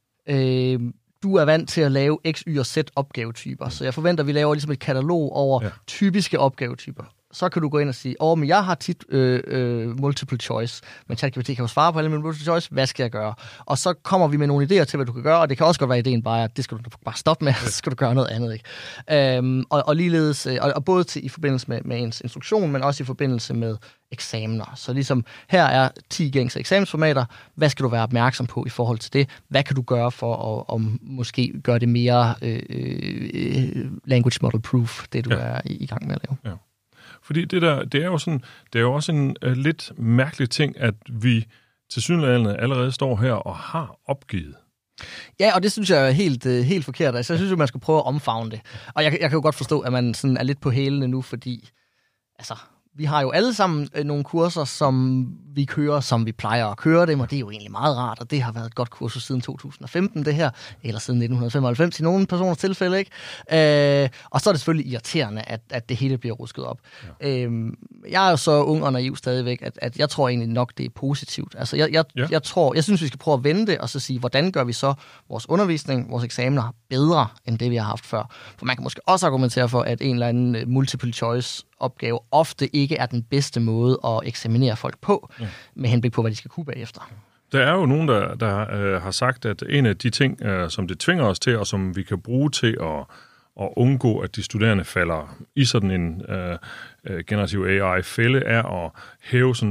øh, du er vant til at lave X, Y og Z opgavetyper, så jeg forventer, at vi laver ligesom et katalog over ja. typiske opgavetyper. Så kan du gå ind og sige, åh, oh, men jeg har tit øh, øh, multiple choice, men ChatGPT kan jo svare på alle mine multiple choice, hvad skal jeg gøre? Og så kommer vi med nogle idéer til, hvad du kan gøre, og det kan også godt være ideen bare, at det skal du bare stoppe med, så skal du gøre noget andet, ikke? Øhm, og, og ligeledes, og, og både til, i forbindelse med, med ens instruktion, men også i forbindelse med eksamener. Så ligesom, her er ti gængse eksamensformater, hvad skal du være opmærksom på i forhold til det? Hvad kan du gøre for at, at måske gøre det mere øh, øh, language model proof, det du ja. er i, i gang med at lave? Ja. Fordi det der, det er jo sådan, det er jo også en uh, lidt mærkelig ting, at vi tilsyneladende allerede står her og har opgivet. Ja, og det synes jeg er helt, uh, helt forkert. Altså, jeg synes jo, man skal prøve at omfavne det. Og jeg, jeg kan jo godt forstå, at man sådan er lidt på hælene nu, fordi altså, vi har jo alle sammen øh, nogle kurser, som vi kører, som vi plejer at køre dem, og det er jo egentlig meget rart, og det har været et godt kursus siden to tusind og femten, det her, eller siden nitten femoghalvfems i nogle personers tilfælde, ikke? Øh, og så er det selvfølgelig irriterende, at, at det hele bliver rusket op. Ja. Øh, jeg er jo så ung og naiv stadigvæk, at, at jeg tror egentlig nok, det er positivt. Altså, jeg, jeg, ja. jeg tror, jeg synes, vi skal prøve at vende det, og så sige, hvordan gør vi så vores undervisning, vores eksamener bedre, end det, vi har haft før? For man kan måske også argumentere for, at en eller anden multiple choice opgave ofte ikke er den bedste måde at eksaminere folk på, ja. Med henblik på, hvad de skal kunne bagefter. Der er jo nogen, der, der øh, har sagt, at en af de ting, øh, som det tvinger os til, og som vi kan bruge til at, at undgå, at de studerende falder i sådan en øh, generativ A I-fælde, er at hæve sådan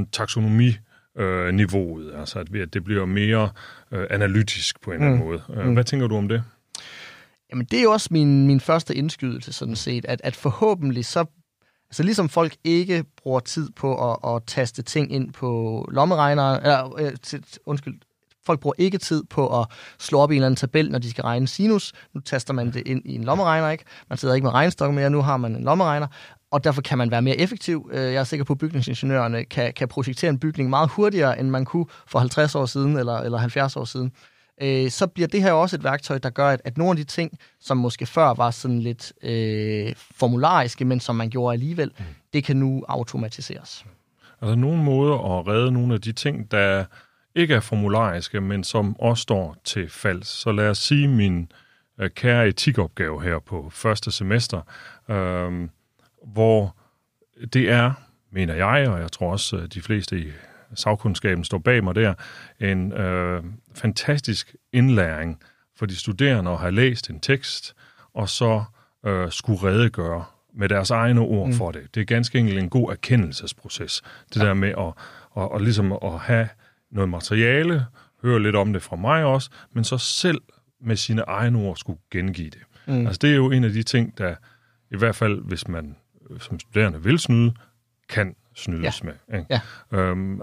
taksonomi-niveauet. Altså, at det bliver mere øh, analytisk på en eller anden mm. måde. Hvad mm. tænker du om det? Jamen, det er jo også min, min første indskydelse, sådan set, at, at forhåbentlig så altså ligesom folk ikke bruger tid på at, at taste ting ind på lommeregneren, eller øh, til, undskyld, folk bruger ikke tid på at slå op i en eller anden tabel, når de skal regne sinus. Nu taster man det ind i en lommeregner, ikke? Man sidder ikke med regnestok mere, nu har man en lommeregner, og derfor kan man være mere effektiv. Jeg er sikker på, at bygningsingeniørerne kan, kan projektere en bygning meget hurtigere, end man kunne for halvtreds år siden eller, eller halvfjerds år siden. Så bliver det her også et værktøj, der gør, at, at nogle af de ting, som måske før var sådan lidt øh, formulariske, men som man gjorde alligevel, mm. det kan nu automatiseres. Er der nogen måder at redde nogle af de ting, der ikke er formulariske, men som også står til falds? Så lad os sige min øh, kære etikopgave her på første semester, øh, hvor det er, mener jeg, og jeg tror også de fleste i sagkundskaben står bag mig der, en øh, fantastisk indlæring for de studerende at have læst en tekst, og så øh, skulle redegøre med deres egne ord mm. for det. Det er ganske enkelt en god erkendelsesproces. Det ja. Der med at, at, at, ligesom at have noget materiale, høre lidt om det fra mig også, men så selv med sine egne ord skulle gengive det. Mm. Altså det er jo en af de ting, der i hvert fald, hvis man som studerende vil snyde, kan snydes ja. med. Ikke? Ja. Øhm,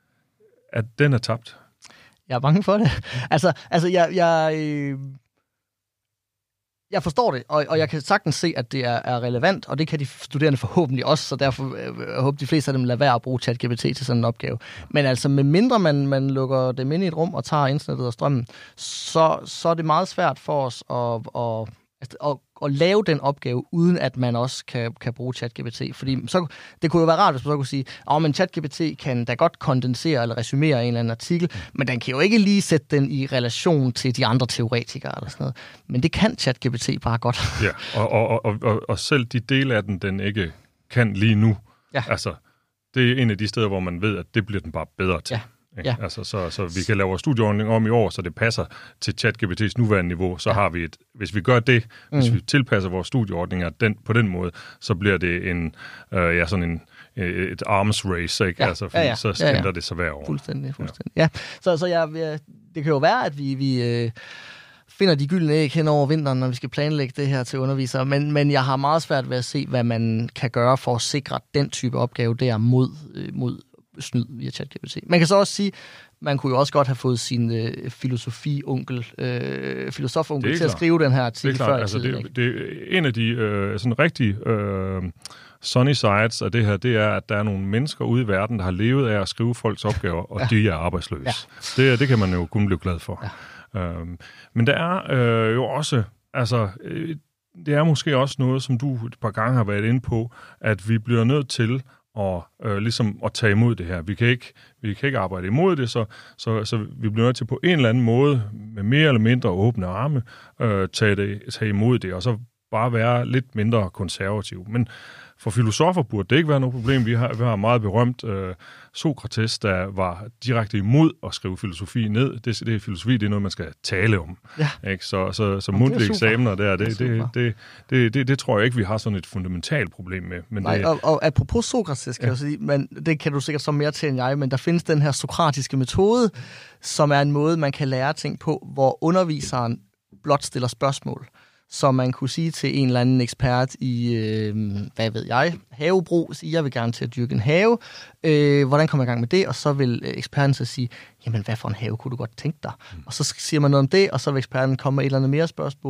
at den er tabt. Jeg er bange for det. Altså, altså jeg, jeg, øh, jeg forstår det, og, og jeg kan sagtens se, at det er, er relevant, og det kan de studerende forhåbentlig også, så derfor øh, jeg håber de fleste af dem lader være at bruge ChatGPT til sådan en opgave. Men altså, med mindre man, man lukker dem ind i et rum og tager internettet og strømmen, så, så er det meget svært for os at, at, at, at at lave den opgave, uden at man også kan, kan bruge ChatGPT. Fordi så, det kunne jo være rart, hvis man så kunne sige, at oh, ChatGPT kan da godt kondensere eller resumere en eller anden artikel, men den kan jo ikke lige sætte den i relation til de andre teoretikere eller sådan noget. Men det kan ChatGPT bare godt. Ja, og, og, og, og, og selv de dele af den, den ikke kan lige nu. Ja. Altså, det er en af de steder, hvor man ved, at det bliver den bare bedre til. Ja. Ja. Altså, så, så vi kan lave vores studieordning om i år, så det passer til ChatGPT's nuværende niveau. Så ja. har vi et, hvis vi gør det, mm. hvis vi tilpasser vores studieordninger den, på den måde, så bliver det en, øh, ja, sådan en, et arms race, ikke? Ja. Altså, ja, ja. Så ændrer ja, ja. det sig hver år. Fuldstændig, fuldstændig. Ja. Ja. Så, så jeg, jeg, det kan jo være, at vi, vi øh, finder de gyldne æg hen over vinteren, når vi skal planlægge det her til undervisere, men, men jeg har meget svært ved at se, hvad man kan gøre for at sikre den type opgave der mod, øh, mod snyd via ChatGPT. Man kan så også sige, man kunne jo også godt have fået sin øh, filosofi-onkel, øh, filosof-onkel til klar. at skrive den her artikel før altså, i tiden. Det, det er en af de øh, sådan rigtig øh, sunny sides af det her, det er, at der er nogle mennesker ude i verden, der har levet af at skrive folks opgaver, og ja. de er arbejdsløse. Ja. Det, det kan man jo kun blive glad for. Ja. Øhm, men der er øh, jo også, altså, øh, det er måske også noget, som du et par gange har været inde på, at vi bliver nødt til og øh, ligesom at tage imod det her. Vi kan ikke, vi kan ikke arbejde imod det, så, så, så vi bliver nødt til på en eller anden måde, med mere eller mindre åbne arme, øh, tage, det, tage imod det, og så bare være lidt mindre konservativ. Men for filosofer burde det ikke være noget problem. Vi har, vi har meget berømt øh, Sokrates, der var direkte imod at skrive filosofi ned. Det, det er filosofi, det er noget, man skal tale om. Ja. Ikke? Så, så, så mundtlige eksamener der, det, det, det, det, det, det, det tror jeg ikke, vi har sådan et fundamentalt problem med. Men Nej, det, og, og apropos Sokrates, kan ja. jeg sige, men det kan du sikkert så mere til end jeg, men der findes den her sokratiske metode, som er en måde, man kan lære ting på, hvor underviseren blot stiller spørgsmål. Så man kunne sige til en eller anden ekspert i, øh, hvad ved jeg, havebrug, sige, jeg vil gerne til at dyrke en have. Øh, hvordan kommer jeg i gang med det? Og så vil eksperten så sige, jamen hvad for en have kunne du godt tænke dig? Mm. Og så siger man noget om det, og så vil eksperten komme med et eller andet mere spørgsmål.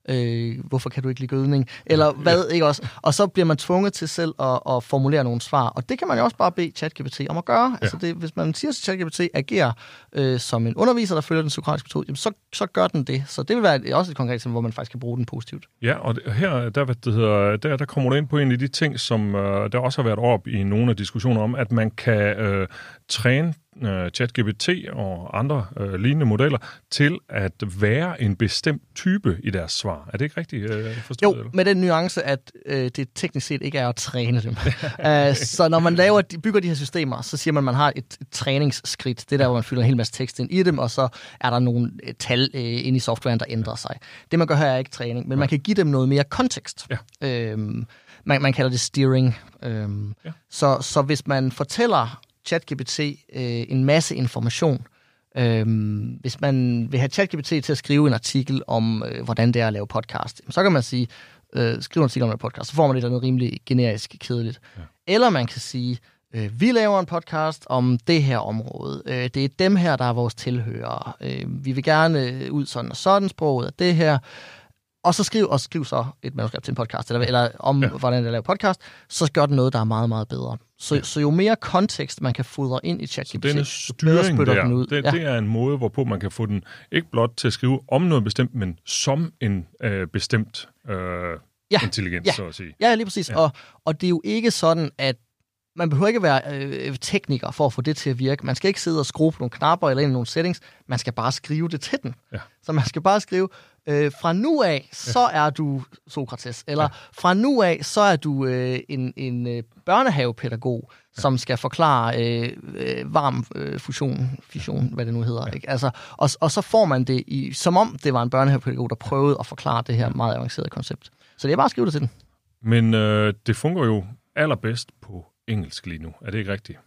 Øh, hvorfor kan du ikke lide gødning? Eller hvad, ikke også? Og så bliver man tvunget til selv at, at formulere nogle svar. Og det kan man jo også bare bede ChatGPT om at gøre. Ja. Altså det, hvis man siger til ChatGPT, agerer øh, som en underviser, der følger den sokratiske metode, jamen så, så gør den det. Så det vil være også et konkret eksempel, hvor man faktisk kan bruge den positivt. Ja, og her der, hvad det hedder, der, der kommer du ind på en af de ting, som øh, der også har været op i nogle af diskussioner om, at man kan øh, træne øh, ChatGPT og andre øh, lignende modeller til at være en bestemt type i deres svar. Er det ikke rigtigt øh, forstået? Jo, eller? Med den nuance, at øh, det teknisk set ikke er at træne dem. uh, så når man laver, de, bygger de her systemer, så siger man, at man har et, et træningsskridt. Det der, hvor man fylder en hel masse tekst ind i dem, og så er der nogle tal øh, inde i softwaren, der ændrer sig. Det, man gør her, er ikke træning, men ja. man kan give dem noget mere kontekst. Ja. Øhm, man, man kalder det steering. Øhm, ja. så, så hvis man fortæller ChatGPT øh, en masse information, Øhm, hvis man vil have ChatGPT til at skrive en artikel om, øh, hvordan det er at lave podcast, så kan man sige, øh, skrive en artikel om en podcast, så får man det noget rimelig generisk kedeligt. Ja. Eller man kan sige, øh, vi laver en podcast om det her område. Øh, det er dem her, der er vores tilhørere. Øh, vi vil gerne ud sådan og sådan, sproget af det her. Og så skriv, og skriv så et manuskript til en podcast, eller, eller om, ja. hvordan det laver podcast, så gør den noget, der er meget, meget bedre. Så, ja. så jo mere kontekst, man kan fodre ind i ChatGPT, så denne styring der, den ud. Det, ja. det er en måde, hvorpå man kan få den ikke blot til at skrive om noget bestemt, men som en øh, bestemt øh, ja. intelligens, ja. så at sige. Ja, lige præcis. Ja. Og, og det er jo ikke sådan, at man behøver ikke være øh, tekniker for at få det til at virke. Man skal ikke sidde og skrue på nogle knapper eller ind i nogle settings. Man skal bare skrive det til den. Ja. Så man skal bare skrive, øh, fra nu af, så ja. er du Sokrates. Eller ja. fra nu af, så er du øh, en, en øh, børnehavepædagog, ja. som skal forklare øh, øh, varm øh, fusion, fission, hvad det nu hedder. Ja. Ikke? Altså, og, og så får man det, i, som om det var en børnehavepædagog, der prøvede at forklare det her meget avancerede koncept. Så det er bare at skrive det til den. Men øh, det fungerer jo allerbedst på engelsk lige nu. Er det ikke rigtigt?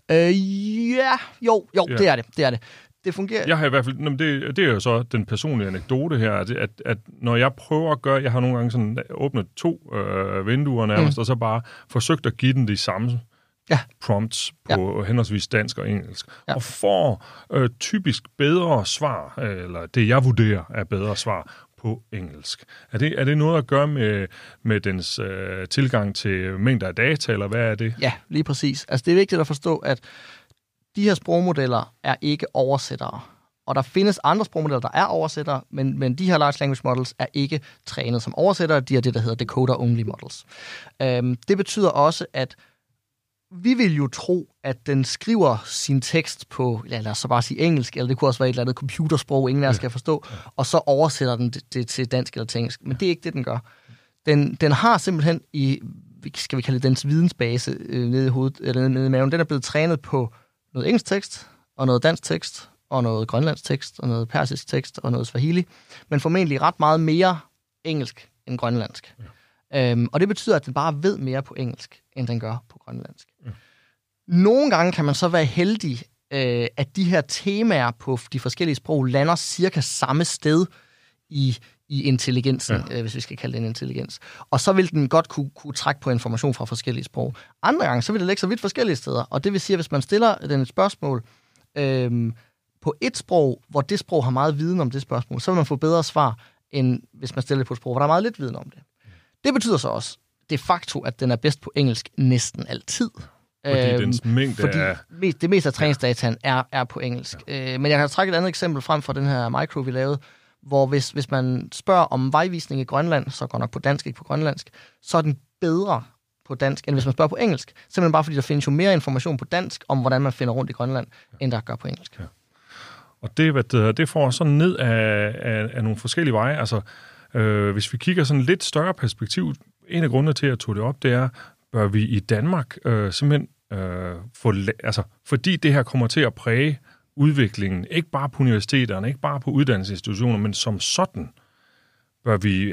Øh, ja, jo, jo, ja. det er det. Det er det. Det fungerer. Jeg har i hvert fald, det, det er jo så den personlige anekdote her, at, at, at når jeg prøver at gøre, jeg har nogle gange sådan åbnet to øh, vinduer nærmest, mm. og så bare forsøgt at give den de samme ja. prompts på ja. henholdsvis dansk og engelsk, ja. og får øh, typisk bedre svar, eller det jeg vurderer er bedre svar, på engelsk. Er det, er det noget at gøre med, med dens øh, tilgang til mængder af data, eller hvad er det? Ja, lige præcis. Altså det er vigtigt at forstå, at de her sprogmodeller er ikke oversættere. Og der findes andre sprogmodeller, der er oversættere, men, men de her large language models er ikke trænet som oversættere. De er det, der hedder decoder-only models. Øhm, det betyder også, at vi vil jo tro, at den skriver sin tekst på, ja, lad os så bare sige engelsk, eller det kunne også være et eller andet computersprog, ingen af os skal forstå, og så oversætter den det, det til dansk eller til engelsk. Men det er ikke det, den gør. Den, den har simpelthen i, skal vi kalde det dens vidensbase øh, nede i hovedet, eller nede i maven, den er blevet trænet på noget engelsk tekst, og noget dansk tekst, og noget grønlandsk tekst, og noget persisk tekst, og noget swahili, men formentlig ret meget mere engelsk end grønlandsk. Ja. Øhm, og det betyder, at den bare ved mere på engelsk, end den gør på grønlandsk. Ja. Nogle gange kan man så være heldig, øh, at de her temaer på de forskellige sprog lander cirka samme sted i, i intelligensen, ja. øh, hvis vi skal kalde det en intelligens. Og så vil den godt kunne, kunne trække på information fra forskellige sprog. Andre gange, så vil det ligge så vidt forskellige steder. Og det vil sige, at hvis man stiller den et spørgsmål øh, på et sprog, hvor det sprog har meget viden om det spørgsmål, så vil man få bedre svar, end hvis man stiller det på et sprog, hvor der er meget lidt viden om det. Det betyder så også de facto, at den er bedst på engelsk næsten altid. Fordi øhm, dens mængde fordi er... Mest, det meste af træningsdataen er, er på engelsk. Ja. Øh, men jeg kan trække et andet eksempel frem fra den her micro, vi lavede, hvor hvis, hvis man spørger om vejvisning i Grønland, så går nok på dansk, ikke på grønlandsk, så er den bedre på dansk, end hvis man spørger på engelsk. Simpelthen bare fordi, der findes jo mere information på dansk, om hvordan man finder rundt i Grønland, ja. end der gør på engelsk. Ja. Og det, hvad det, det får sådan ned af, af, af nogle forskellige veje. Altså, øh, hvis vi kigger sådan lidt større perspektiv, en af grundene til, at jeg tog det op, det er, bør vi i Danmark øh, simpelthen øh, få, altså, fordi det her kommer til at præge udviklingen, ikke bare på universiteterne, ikke bare på uddannelsesinstitutioner, men som sådan, bør vi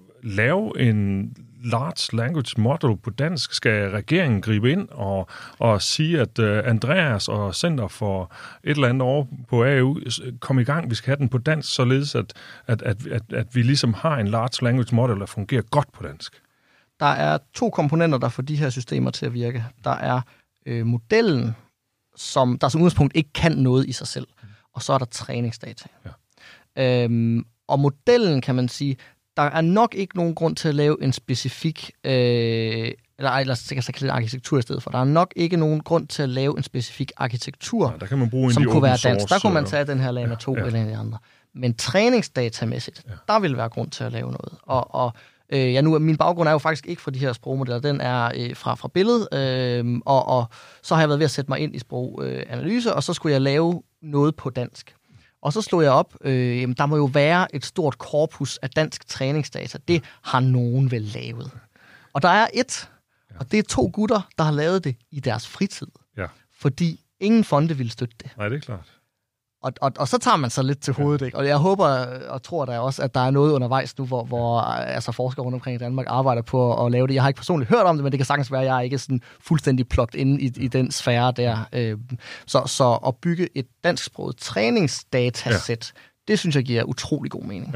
lave en large language model på dansk? Skal regeringen gribe ind og, og sige, at uh, Andreas og Center for et eller andet år på A U kom i gang, vi skal have den på dansk, således at, at, at, at, at vi ligesom har en large language model, der fungerer godt på dansk? Der er to komponenter, der får de her systemer til at virke. Der er øh, modellen, som der som udgangspunkt ikke kan noget i sig selv, og så er der træningsdata. Ja. Øhm, og modellen, kan man sige, der er nok ikke nogen grund til at lave en specifik, øh, eller ej, lad os kalde det arkitektur i stedet for. Der er nok ikke nogen grund til at lave en specifik arkitektur, ja, der kan man bruge som kunne være dansk. Source, der kunne man tage den her Lama to ja. eller en af de andre. Men træningsdatamæssigt, ja. der vil være grund til at lave noget. Og, og øh, ja, nu, min baggrund er jo faktisk ikke fra de her sprogmodeller. Den er øh, fra, fra billedet, øh, og, og så har jeg været ved at sætte mig ind i sproganalyse, øh, og så skulle jeg lave noget på dansk. Og så slog jeg op, øh, jamen, der må jo være et stort korpus af dansk træningsdata. Det har nogen vel lavet. Og der er et, ja. og det er to gutter, der har lavet det i deres fritid. Ja. Fordi ingen fonde ville støtte det. Nej, det er klart. Og, og, og så tager man sig lidt til hovedet, ikke? Og jeg håber og tror da også, at der er noget undervejs nu, hvor, hvor altså, forskere rundt omkring i Danmark arbejder på at lave det. Jeg har ikke personligt hørt om det, men det kan sagtens være, at jeg er ikke sådan fuldstændig plugged inde i, i den sfære der. Så, så at bygge et dansksproget træningsdatasæt, ja. det synes jeg giver utrolig god mening. Ja.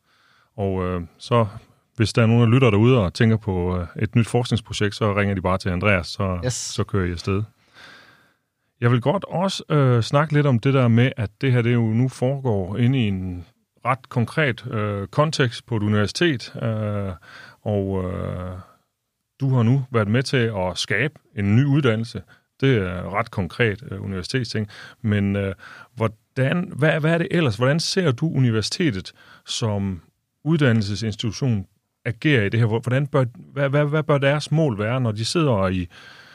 Og øh, så hvis der er nogen, der lytter derude og tænker på et nyt forskningsprojekt, så ringer de bare til Andreas, så, yes. så kører jeg afsted. Jeg vil godt også øh, snakke lidt om det der med, at det her det jo nu foregår inde i en ret konkret øh, kontekst på et universitet, øh, og øh, du har nu været med til at skabe en ny uddannelse. Det er ret konkret øh, universitetsting, men øh, hvordan, hvad, hvad er det ellers? Hvordan ser du universitetet som uddannelsesinstitution agere i det her? Hvordan bør, hvad, hvad, hvad bør deres mål være, når de sidder i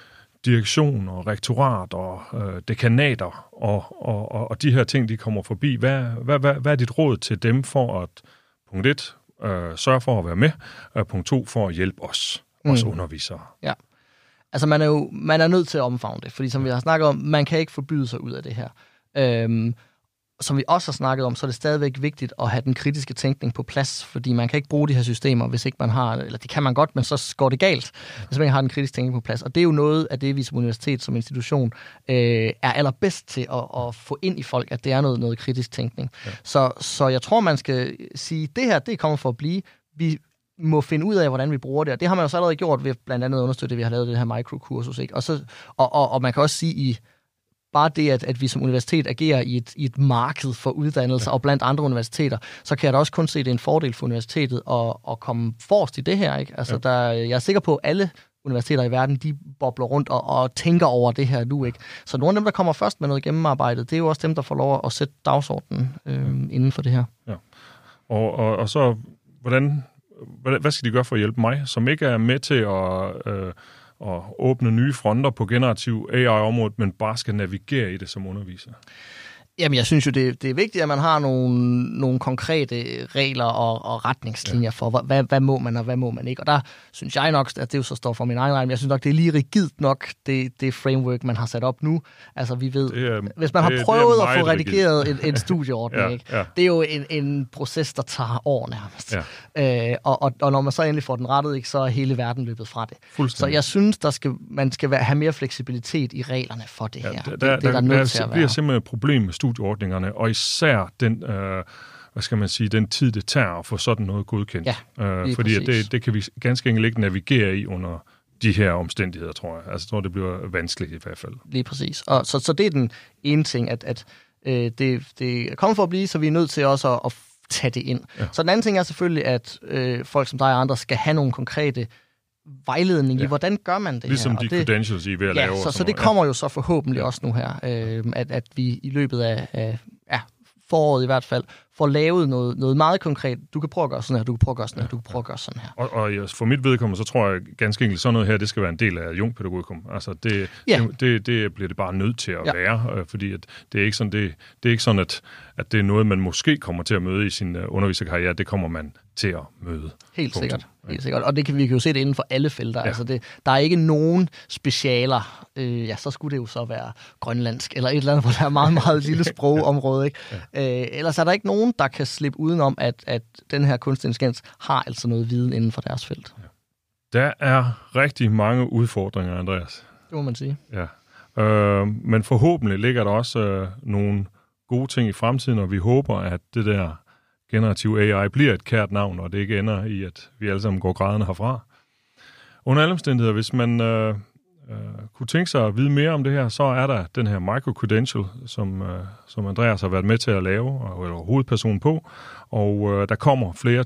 direktion og rektorat og øh, dekanater og, og, og, og de her ting, de kommer forbi? Hvad, hvad, hvad, hvad er dit råd til dem for at, punkt et, øh, sørge for at være med, og punkt to, for at hjælpe os, mm. os undervisere? Ja, altså man er jo man er nødt til at omfavne det, fordi som vi har snakket om, man kan ikke forbyde sig ud af det her. Øhm, som vi også har snakket om, så er det stadigvæk vigtigt at have den kritiske tænkning på plads, fordi man kan ikke bruge de her systemer, hvis ikke man har, eller det kan man godt, men så går det galt, hvis man ikke har den kritiske tænkning på plads. Og det er jo noget af det, vi som universitet, som institution, øh, er allerbedst til at, at få ind i folk, at det er noget, noget kritisk tænkning. Ja. Så, så jeg tror, man skal sige, det her, det er kommet for at blive. Vi må finde ud af, hvordan vi bruger det, og det har man jo så allerede gjort ved blandt andet at understøtte, at vi har lavet det her mikrokursus, ikke? Og, så, og, og, og man kan også sige, i bare det, at, at vi som universitet agerer i et, i et marked for uddannelser, ja. og blandt andre universiteter, så kan jeg da også kun se, at det er en fordel for universitetet at, at komme forrest i det her. Ikke? Altså, ja. der, jeg er sikker på, at alle universiteter i verden, de bobler rundt og, og tænker over det her nu. Ikke? Så nogle af dem, der kommer først med noget gennemarbejdet, det er jo også dem, der får lov at sætte dagsordenen øh, inden for det her. Ja. Og, og, og så, hvordan, hvad skal de gøre for at hjælpe mig, som ikke er med til at Øh og åbne nye fronter på generativ A I-området, men bare skal navigere i det som underviser? Jamen, jeg synes jo, det, det er vigtigt, at man har nogle, nogle konkrete regler og, og retningslinjer ja. for, hvad, hvad må man og hvad må man ikke. Og der synes jeg nok, at det jo så står for min egen regning, men jeg synes nok, det er lige rigidt nok, det, det framework, man har sat op nu. Altså, vi ved, det er, hvis man det, har prøvet at få redigeret en, en studieordning, ja, ikke? Ja. Det er jo en, en proces, der tager år nærmest. Ja. Øh, og, og, og når man så endelig får den rettet, ikke, så er hele verden løbet fra det. Så jeg synes, der skal, man skal være, have mere fleksibilitet i reglerne for det ja, her. Der, det, det er der, der nødt til at være. Det bliver simpelthen et problem med studieordningerne, og især den, øh, hvad skal man sige, den tid, det tager at få sådan noget godkendt. Ja, øh, fordi at det, det kan vi ganske enkelt ikke navigere i under de her omstændigheder, tror jeg. Altså, jeg tror, det bliver vanskeligt i hvert fald. Lige præcis. Og så, så det er den ene ting, at, at øh, det, det kommer for at blive, så vi er nødt til også at, at tage det ind. Ja. Så den anden ting er selvfølgelig, at øh, folk som dig og andre skal have nogle konkrete vejledning ja. i, hvordan gør man det ligesom her. Ligesom de credentials, I er ved at ja, lave. Så, så det kommer ja. jo så forhåbentlig ja. også nu her, øh, at, at vi i løbet af, af ja, foråret i hvert fald, får lavet noget, noget meget konkret. Du kan prøve at gøre sådan her, du kan prøve at gøre sådan her, du kan prøve at gøre sådan her. Og, og for mit vedkommende, så tror jeg ganske enkelt, sådan noget her, det skal være en del af jungpædagogikum. Altså det, ja. det, det, det bliver det bare nødt til at ja. være, fordi at det er ikke sådan, det, det er ikke sådan at, at det er noget, man måske kommer til at møde i sin underviserkarriere. Det kommer man til at møde. Helt Punktum. sikkert. Helt sikkert. Og det kan vi kan jo se det inden for alle felter. Ja. Altså det, der er ikke nogen specialer. Øh, ja, så skulle det jo så være grønlandsk, eller et eller andet, hvor der er meget, meget lille sprogområde. Ikke? Ja. Øh, ellers er der ikke nogen, der kan slippe udenom, at, at den her kunstig intelligens har altså noget viden inden for deres felt. Ja. Der er rigtig mange udfordringer, Andreas. Det må man sige. Ja. Øh, men forhåbentlig ligger der også øh, nogle gode ting i fremtiden, og vi håber, at det der generativ A I bliver et kært navn, og det ikke ender i, at vi alle sammen går grædende herfra. Under alle omstændigheder, hvis man øh, øh, kunne tænke sig at vide mere om det her, så er der den her micro-credential, som, øh, som Andreas har været med til at lave, og eller hovedperson på, og øh, der kommer flere ting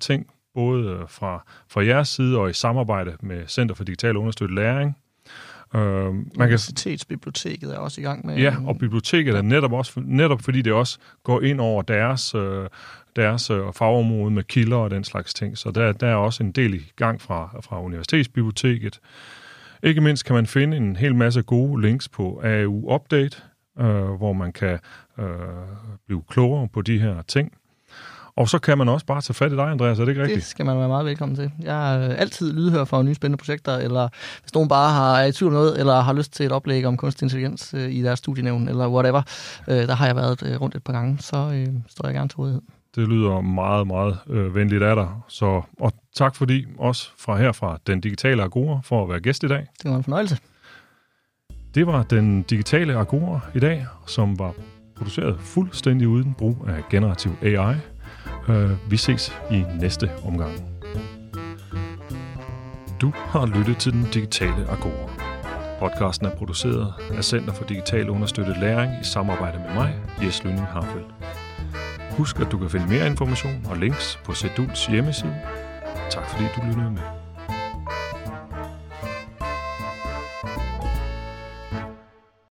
både fra, fra jeres side og i samarbejde med Center for Digital Understøttet Læring. Uh, man kan, Universitetsbiblioteket er også i gang med... Ja, og biblioteket er netop også, netop fordi det også går ind over deres, uh, deres uh, fagområde med kilder og den slags ting. Så der, der er også en del i gang fra, fra Universitetsbiblioteket. Ikke mindst kan man finde en hel masse gode links på A U Update, uh, hvor man kan uh, blive klogere på de her ting. Og så kan man også bare tage fat i dig, Andreas, er det ikke rigtigt? Det skal man være meget velkommen til. Jeg er altid lydhør for nye spændende projekter, eller hvis nogen bare har er i tvivl om noget, eller har lyst til et oplæg om kunstig intelligens øh, i deres studienævn, eller whatever. Øh, der har jeg været øh, rundt et par gange, så øh, står jeg gerne til rådighed. Det lyder meget, meget øh, venligt af dig. Så, og tak fordi, også fra her fra Den Digitale Agora, for at være gæst i dag. Det var en fornøjelse. Det var Den Digitale Agora i dag, som var produceret fuldstændig uden brug af generativ A I. Vi ses i næste omgang. Du har lyttet til Den Digitale Agora. Podcasten er produceret af Center for Digital Understøttet Læring i samarbejde med mig, Jes Lønning Harfeldt. Husk, at du kan finde mere information og links på Seduls hjemmeside. Tak fordi du lyttede med.